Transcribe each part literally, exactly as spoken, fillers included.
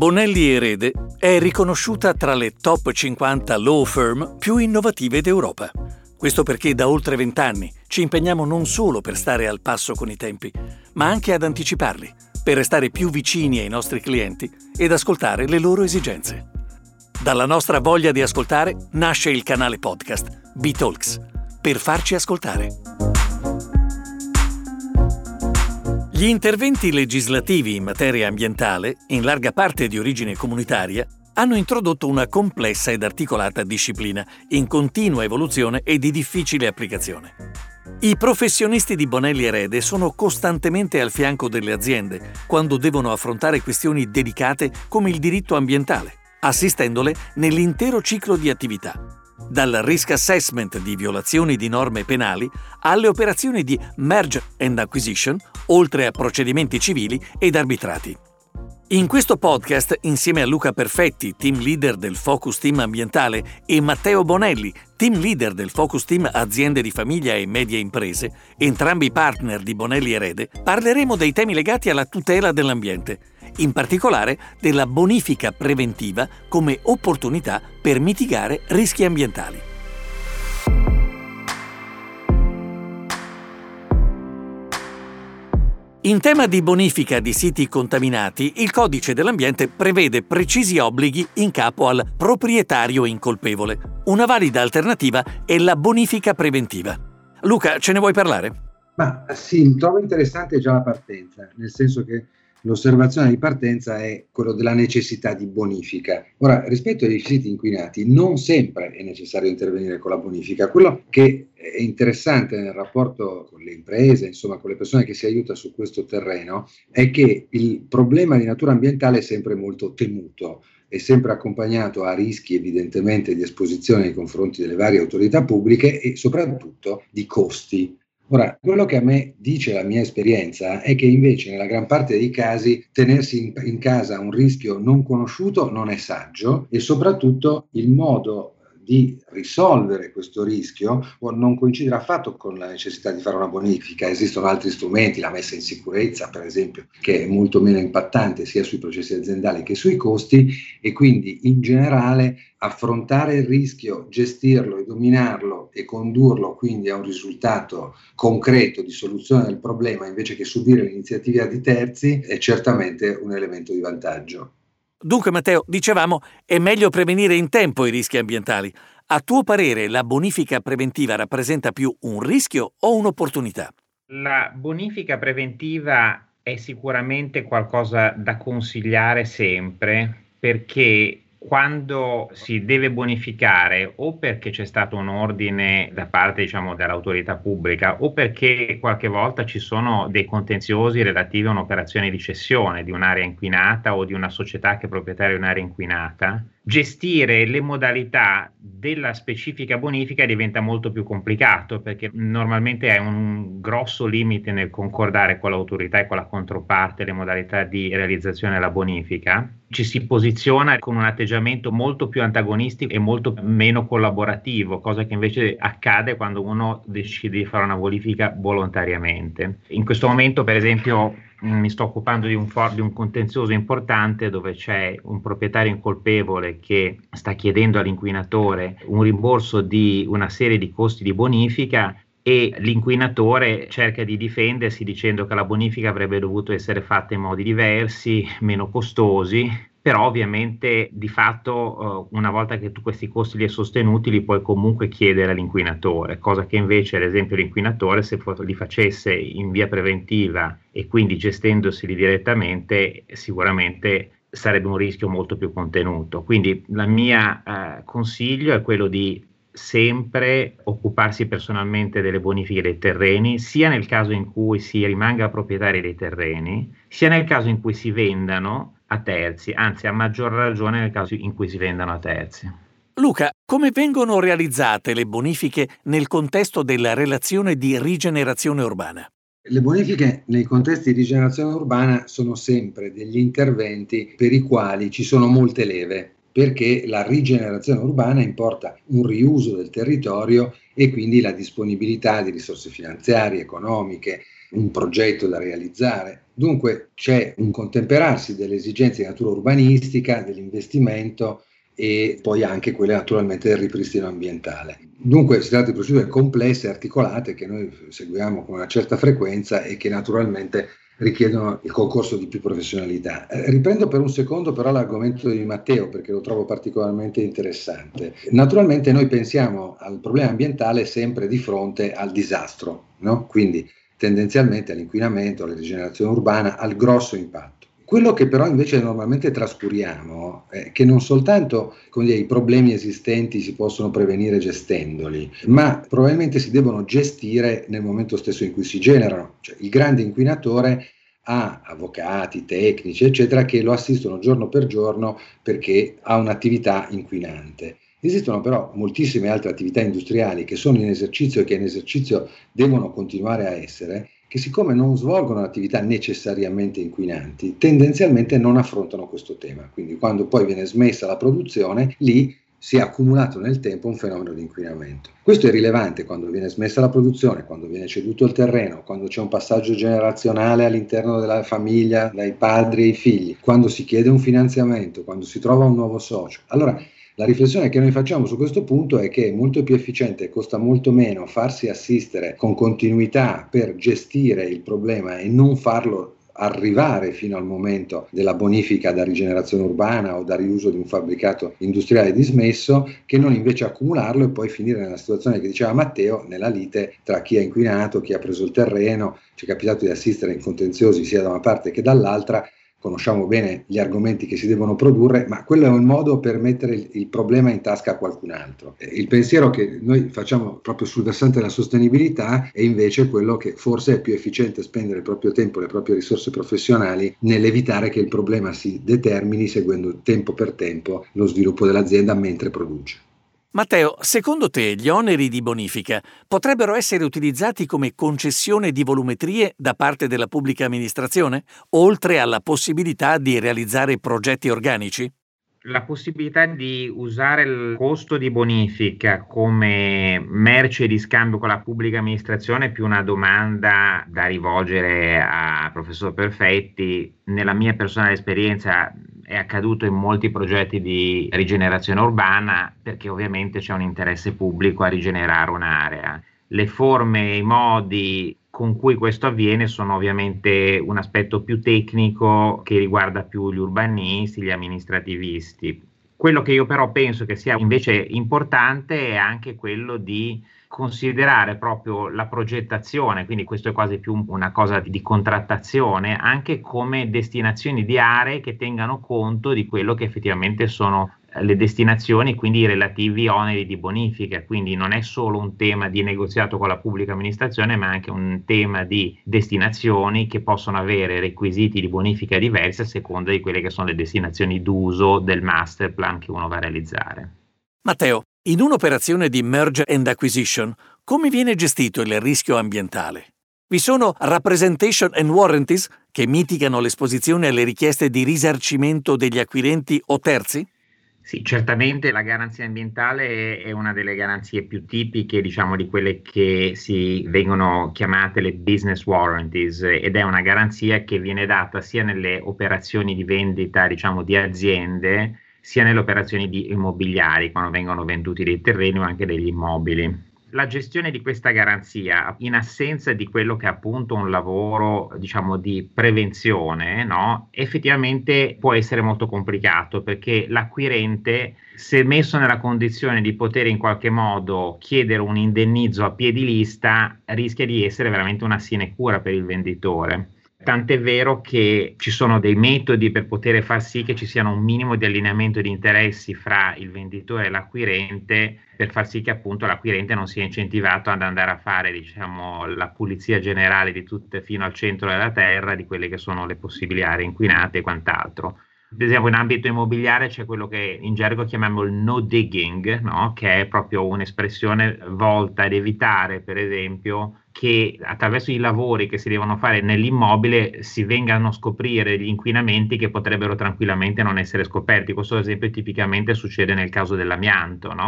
Bonelli Erede è riconosciuta tra le top cinquanta law firm più innovative d'Europa. Questo perché da oltre vent'anni ci impegniamo non solo per stare al passo con i tempi, ma anche ad anticiparli, per restare più vicini ai nostri clienti ed ascoltare le loro esigenze. Dalla nostra voglia di ascoltare nasce il canale podcast B-Talks, per farci ascoltare. Gli interventi legislativi in materia ambientale, in larga parte di origine comunitaria, hanno introdotto una complessa ed articolata disciplina, in continua evoluzione e di difficile applicazione. I professionisti di Bonelli Erede sono costantemente al fianco delle aziende quando devono affrontare questioni delicate come il diritto ambientale, assistendole nell'intero ciclo di attività. Dal risk assessment di violazioni di norme penali alle operazioni di merge and acquisition, oltre a procedimenti civili ed arbitrati. In questo podcast, insieme a Luca Perfetti, team leader del Focus Team Ambientale, e Matteo Bonelli, team leader del Focus Team Aziende di Famiglia e Medie Imprese, entrambi partner di Bonelli Erede, parleremo dei temi legati alla tutela dell'ambiente, in particolare della bonifica preventiva come opportunità per mitigare rischi ambientali. In tema di bonifica di siti contaminati, il Codice dell'Ambiente prevede precisi obblighi in capo al proprietario incolpevole. Una valida alternativa è la bonifica preventiva. Luca, ce ne vuoi parlare? Ma sì, trovo interessante già la partenza, nel senso che l'osservazione di partenza è quello della necessità di bonifica. Ora, rispetto ai siti inquinati, non sempre è necessario intervenire con la bonifica. Quello che è interessante nel rapporto con le imprese, insomma con le persone che si aiuta su questo terreno, è che il problema di natura ambientale è sempre molto temuto, è sempre accompagnato a rischi evidentemente di esposizione nei confronti delle varie autorità pubbliche e soprattutto di costi. Ora, quello che a me dice la mia esperienza è che invece nella gran parte dei casi tenersi in, in casa un rischio non conosciuto non è saggio e soprattutto il modo di risolvere questo rischio non coincide affatto con la necessità di fare una bonifica. Esistono altri strumenti, la messa in sicurezza per esempio, che è molto meno impattante sia sui processi aziendali che sui costi, e quindi in generale affrontare il rischio, gestirlo e dominarlo e condurlo quindi a un risultato concreto di soluzione del problema invece che subire l'iniziativa di terzi è certamente un elemento di vantaggio. Dunque, Matteo, dicevamo, è meglio prevenire in tempo i rischi ambientali. A tuo parere, la bonifica preventiva rappresenta più un rischio o un'opportunità? La bonifica preventiva è sicuramente qualcosa da consigliare sempre, perché quando si deve bonificare o perché c'è stato un ordine da parte, diciamo, dell'autorità pubblica o perché qualche volta ci sono dei contenziosi relativi a un'operazione di cessione di un'area inquinata o di una società che è proprietaria di un'area inquinata, gestire le modalità della specifica bonifica diventa molto più complicato, perché normalmente è un grosso limite nel concordare con l'autorità e con la controparte le modalità di realizzazione della bonifica. Ci si posiziona con un atteggiamento molto più antagonistico e molto meno collaborativo, cosa che invece accade quando uno decide di fare una bonifica volontariamente. In questo momento, per esempio, mi sto occupando di un, for- di un contenzioso importante dove c'è un proprietario incolpevole che sta chiedendo all'inquinatore un rimborso di una serie di costi di bonifica e l'inquinatore cerca di difendersi dicendo che la bonifica avrebbe dovuto essere fatta in modi diversi, meno costosi, però ovviamente di fatto una volta che tu questi costi li hai sostenuti li puoi comunque chiedere all'inquinatore, cosa che invece ad esempio l'inquinatore se li facesse in via preventiva e quindi gestendoseli direttamente sicuramente sarebbe un rischio molto più contenuto. Quindi il mio eh, consiglio è quello di sempre occuparsi personalmente delle bonifiche dei terreni, sia nel caso in cui si rimanga proprietari dei terreni, sia nel caso in cui si vendano a terzi, anzi a maggior ragione nel caso in cui si vendano a terzi. Luca, come vengono realizzate le bonifiche nel contesto della relazione di rigenerazione urbana? Le bonifiche nei contesti di rigenerazione urbana sono sempre degli interventi per i quali ci sono molte leve, perché la rigenerazione urbana importa un riuso del territorio e quindi la disponibilità di risorse finanziarie, economiche, un progetto da realizzare. Dunque c'è un contemperarsi delle esigenze di natura urbanistica, dell'investimento e poi anche quelle naturalmente del ripristino ambientale. Dunque si tratta di procedure complesse e articolate che noi seguiamo con una certa frequenza e che naturalmente richiedono il concorso di più professionalità. Eh, riprendo per un secondo però l'argomento di Matteo perché lo trovo particolarmente interessante. Naturalmente noi pensiamo al problema ambientale sempre di fronte al disastro, no? Quindi tendenzialmente all'inquinamento, alla rigenerazione urbana, al grosso impatto. Quello che però invece normalmente trascuriamo è che non soltanto, come dire, i problemi esistenti si possono prevenire gestendoli, ma probabilmente si devono gestire nel momento stesso in cui si generano. Cioè, il grande inquinatore ha avvocati, tecnici, eccetera, che lo assistono giorno per giorno perché ha un'attività inquinante. Esistono però moltissime altre attività industriali che sono in esercizio e che in esercizio devono continuare a essere, che siccome non svolgono attività necessariamente inquinanti, tendenzialmente non affrontano questo tema. Quindi quando poi viene smessa la produzione, lì si è accumulato nel tempo un fenomeno di inquinamento. Questo è rilevante quando viene smessa la produzione, quando viene ceduto il terreno, quando c'è un passaggio generazionale all'interno della famiglia, dai padri ai figli, quando si chiede un finanziamento, quando si trova un nuovo socio. Allora, la riflessione che noi facciamo su questo punto è che è molto più efficiente e costa molto meno farsi assistere con continuità per gestire il problema e non farlo arrivare fino al momento della bonifica da rigenerazione urbana o da riuso di un fabbricato industriale dismesso, che non invece accumularlo e poi finire nella situazione che diceva Matteo, nella lite tra chi ha inquinato, chi ha preso il terreno. Ci è capitato di assistere in contenziosi sia da una parte che dall'altra. Conosciamo bene gli argomenti che si devono produrre, ma quello è un modo per mettere il, il problema in tasca a qualcun altro. Il pensiero che noi facciamo proprio sul versante della sostenibilità è invece quello che forse è più efficiente spendere il proprio tempo, le proprie risorse professionali nell'evitare che il problema si determini seguendo tempo per tempo lo sviluppo dell'azienda mentre produce. Matteo, secondo te gli oneri di bonifica potrebbero essere utilizzati come concessione di volumetrie da parte della pubblica amministrazione, oltre alla possibilità di realizzare progetti organici? La possibilità di usare il costo di bonifica come merce di scambio con la pubblica amministrazione è più una domanda da rivolgere a professor Perfetti. Nella mia personale esperienza è accaduto in molti progetti di rigenerazione urbana perché ovviamente c'è un interesse pubblico a rigenerare un'area. Le forme e i modi con cui questo avviene sono ovviamente un aspetto più tecnico che riguarda più gli urbanisti, gli amministrativisti. Quello che io però penso che sia invece importante è anche quello di considerare proprio la progettazione, quindi questo è quasi più una cosa di contrattazione, anche come destinazioni di aree che tengano conto di quello che effettivamente sono le destinazioni, quindi i relativi oneri di bonifica. Quindi non è solo un tema di negoziato con la pubblica amministrazione, ma anche un tema di destinazioni che possono avere requisiti di bonifica diversi a seconda di quelle che sono le destinazioni d'uso del master plan che uno va a realizzare. Matteo, in un'operazione di merger and acquisition, come viene gestito il rischio ambientale? Vi sono representation and warranties che mitigano l'esposizione alle richieste di risarcimento degli acquirenti o terzi? Sì, certamente la garanzia ambientale è una delle garanzie più tipiche, diciamo, di quelle che si vengono chiamate le business warranties, ed è una garanzia che viene data sia nelle operazioni di vendita, diciamo, di aziende, sia nelle operazioni di immobiliari, quando vengono venduti dei terreni o anche degli immobili. La gestione di questa garanzia, in assenza di quello che è appunto un lavoro, diciamo, di prevenzione, no, effettivamente può essere molto complicato, perché l'acquirente, se messo nella condizione di poter in qualche modo chiedere un indennizzo a piedi lista, rischia di essere veramente una sinecura per il venditore. Tant'è vero che ci sono dei metodi per poter far sì che ci siano un minimo di allineamento di interessi fra il venditore e l'acquirente, per far sì che appunto l'acquirente non sia incentivato ad andare a fare, diciamo, la pulizia generale di tutte fino al centro della terra, di quelle che sono le possibili aree inquinate e quant'altro. Ad esempio in ambito immobiliare c'è quello che in gergo chiamiamo il no digging, no? Che è proprio un'espressione volta ad evitare, per esempio, che attraverso i lavori che si devono fare nell'immobile si vengano a scoprire gli inquinamenti che potrebbero tranquillamente non essere scoperti. Questo ad esempio tipicamente succede nel caso dell'amianto, no?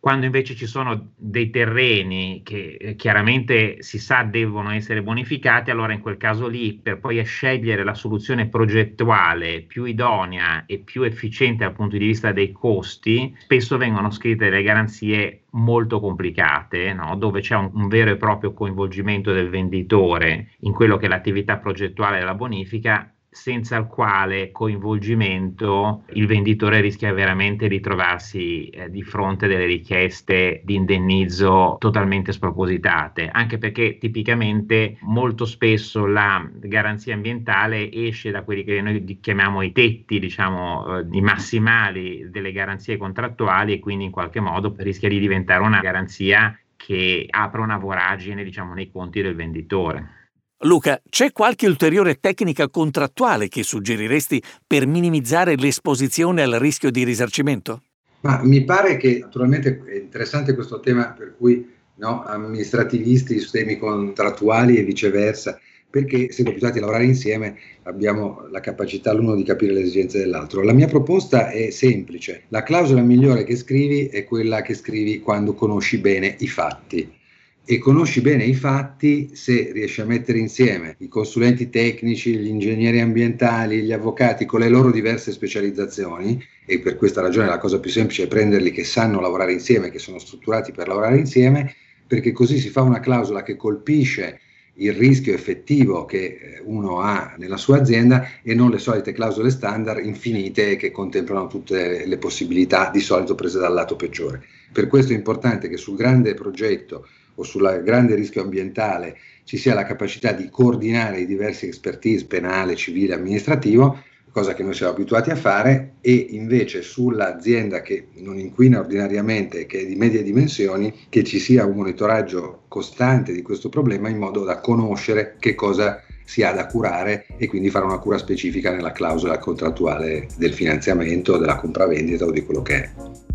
Quando invece ci sono dei terreni che eh, chiaramente si sa devono essere bonificati, allora in quel caso lì, per poi scegliere la soluzione progettuale più idonea e più efficiente dal punto di vista dei costi, spesso vengono scritte delle garanzie molto complicate, no? Dove c'è un, un vero e proprio coinvolgimento del venditore in quello che è l'attività progettuale della bonifica, senza il quale coinvolgimento il venditore rischia veramente di trovarsi eh, di fronte delle richieste di indennizzo totalmente spropositate, anche perché tipicamente molto spesso la garanzia ambientale esce da quelli che noi chiamiamo i tetti, diciamo eh, i massimali delle garanzie contrattuali, e quindi in qualche modo rischia di diventare una garanzia che apre una voragine, diciamo, nei conti del venditore. Luca, c'è qualche ulteriore tecnica contrattuale che suggeriresti per minimizzare l'esposizione al rischio di risarcimento? Ma mi pare che naturalmente è interessante questo tema, per cui no, amministrativisti su temi contrattuali e viceversa, perché essendo abituati a lavorare insieme abbiamo la capacità l'uno di capire le esigenze dell'altro. La mia proposta è semplice: la clausola migliore che scrivi è quella che scrivi quando conosci bene i fatti. E conosci bene i fatti se riesci a mettere insieme i consulenti tecnici, gli ingegneri ambientali, gli avvocati con le loro diverse specializzazioni, e per questa ragione la cosa più semplice è prenderli che sanno lavorare insieme, che sono strutturati per lavorare insieme, perché così si fa una clausola che colpisce il rischio effettivo che uno ha nella sua azienda e non le solite clausole standard infinite che contemplano tutte le possibilità di solito prese dal lato peggiore. Per questo è importante che sul grande progetto o sul grande rischio ambientale ci sia la capacità di coordinare i diversi expertise penale, civile, amministrativo, cosa che noi siamo abituati a fare, e invece sull'azienda che non inquina ordinariamente e che è di medie dimensioni, che ci sia un monitoraggio costante di questo problema in modo da conoscere che cosa si ha da curare e quindi fare una cura specifica nella clausola contrattuale del finanziamento, della compravendita o di quello che è.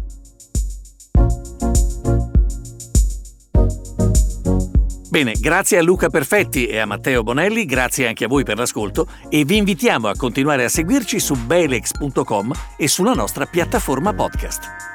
Bene, grazie a Luca Perfetti e a Matteo Bonelli, grazie anche a voi per l'ascolto e vi invitiamo a continuare a seguirci su belex punto com e sulla nostra piattaforma podcast.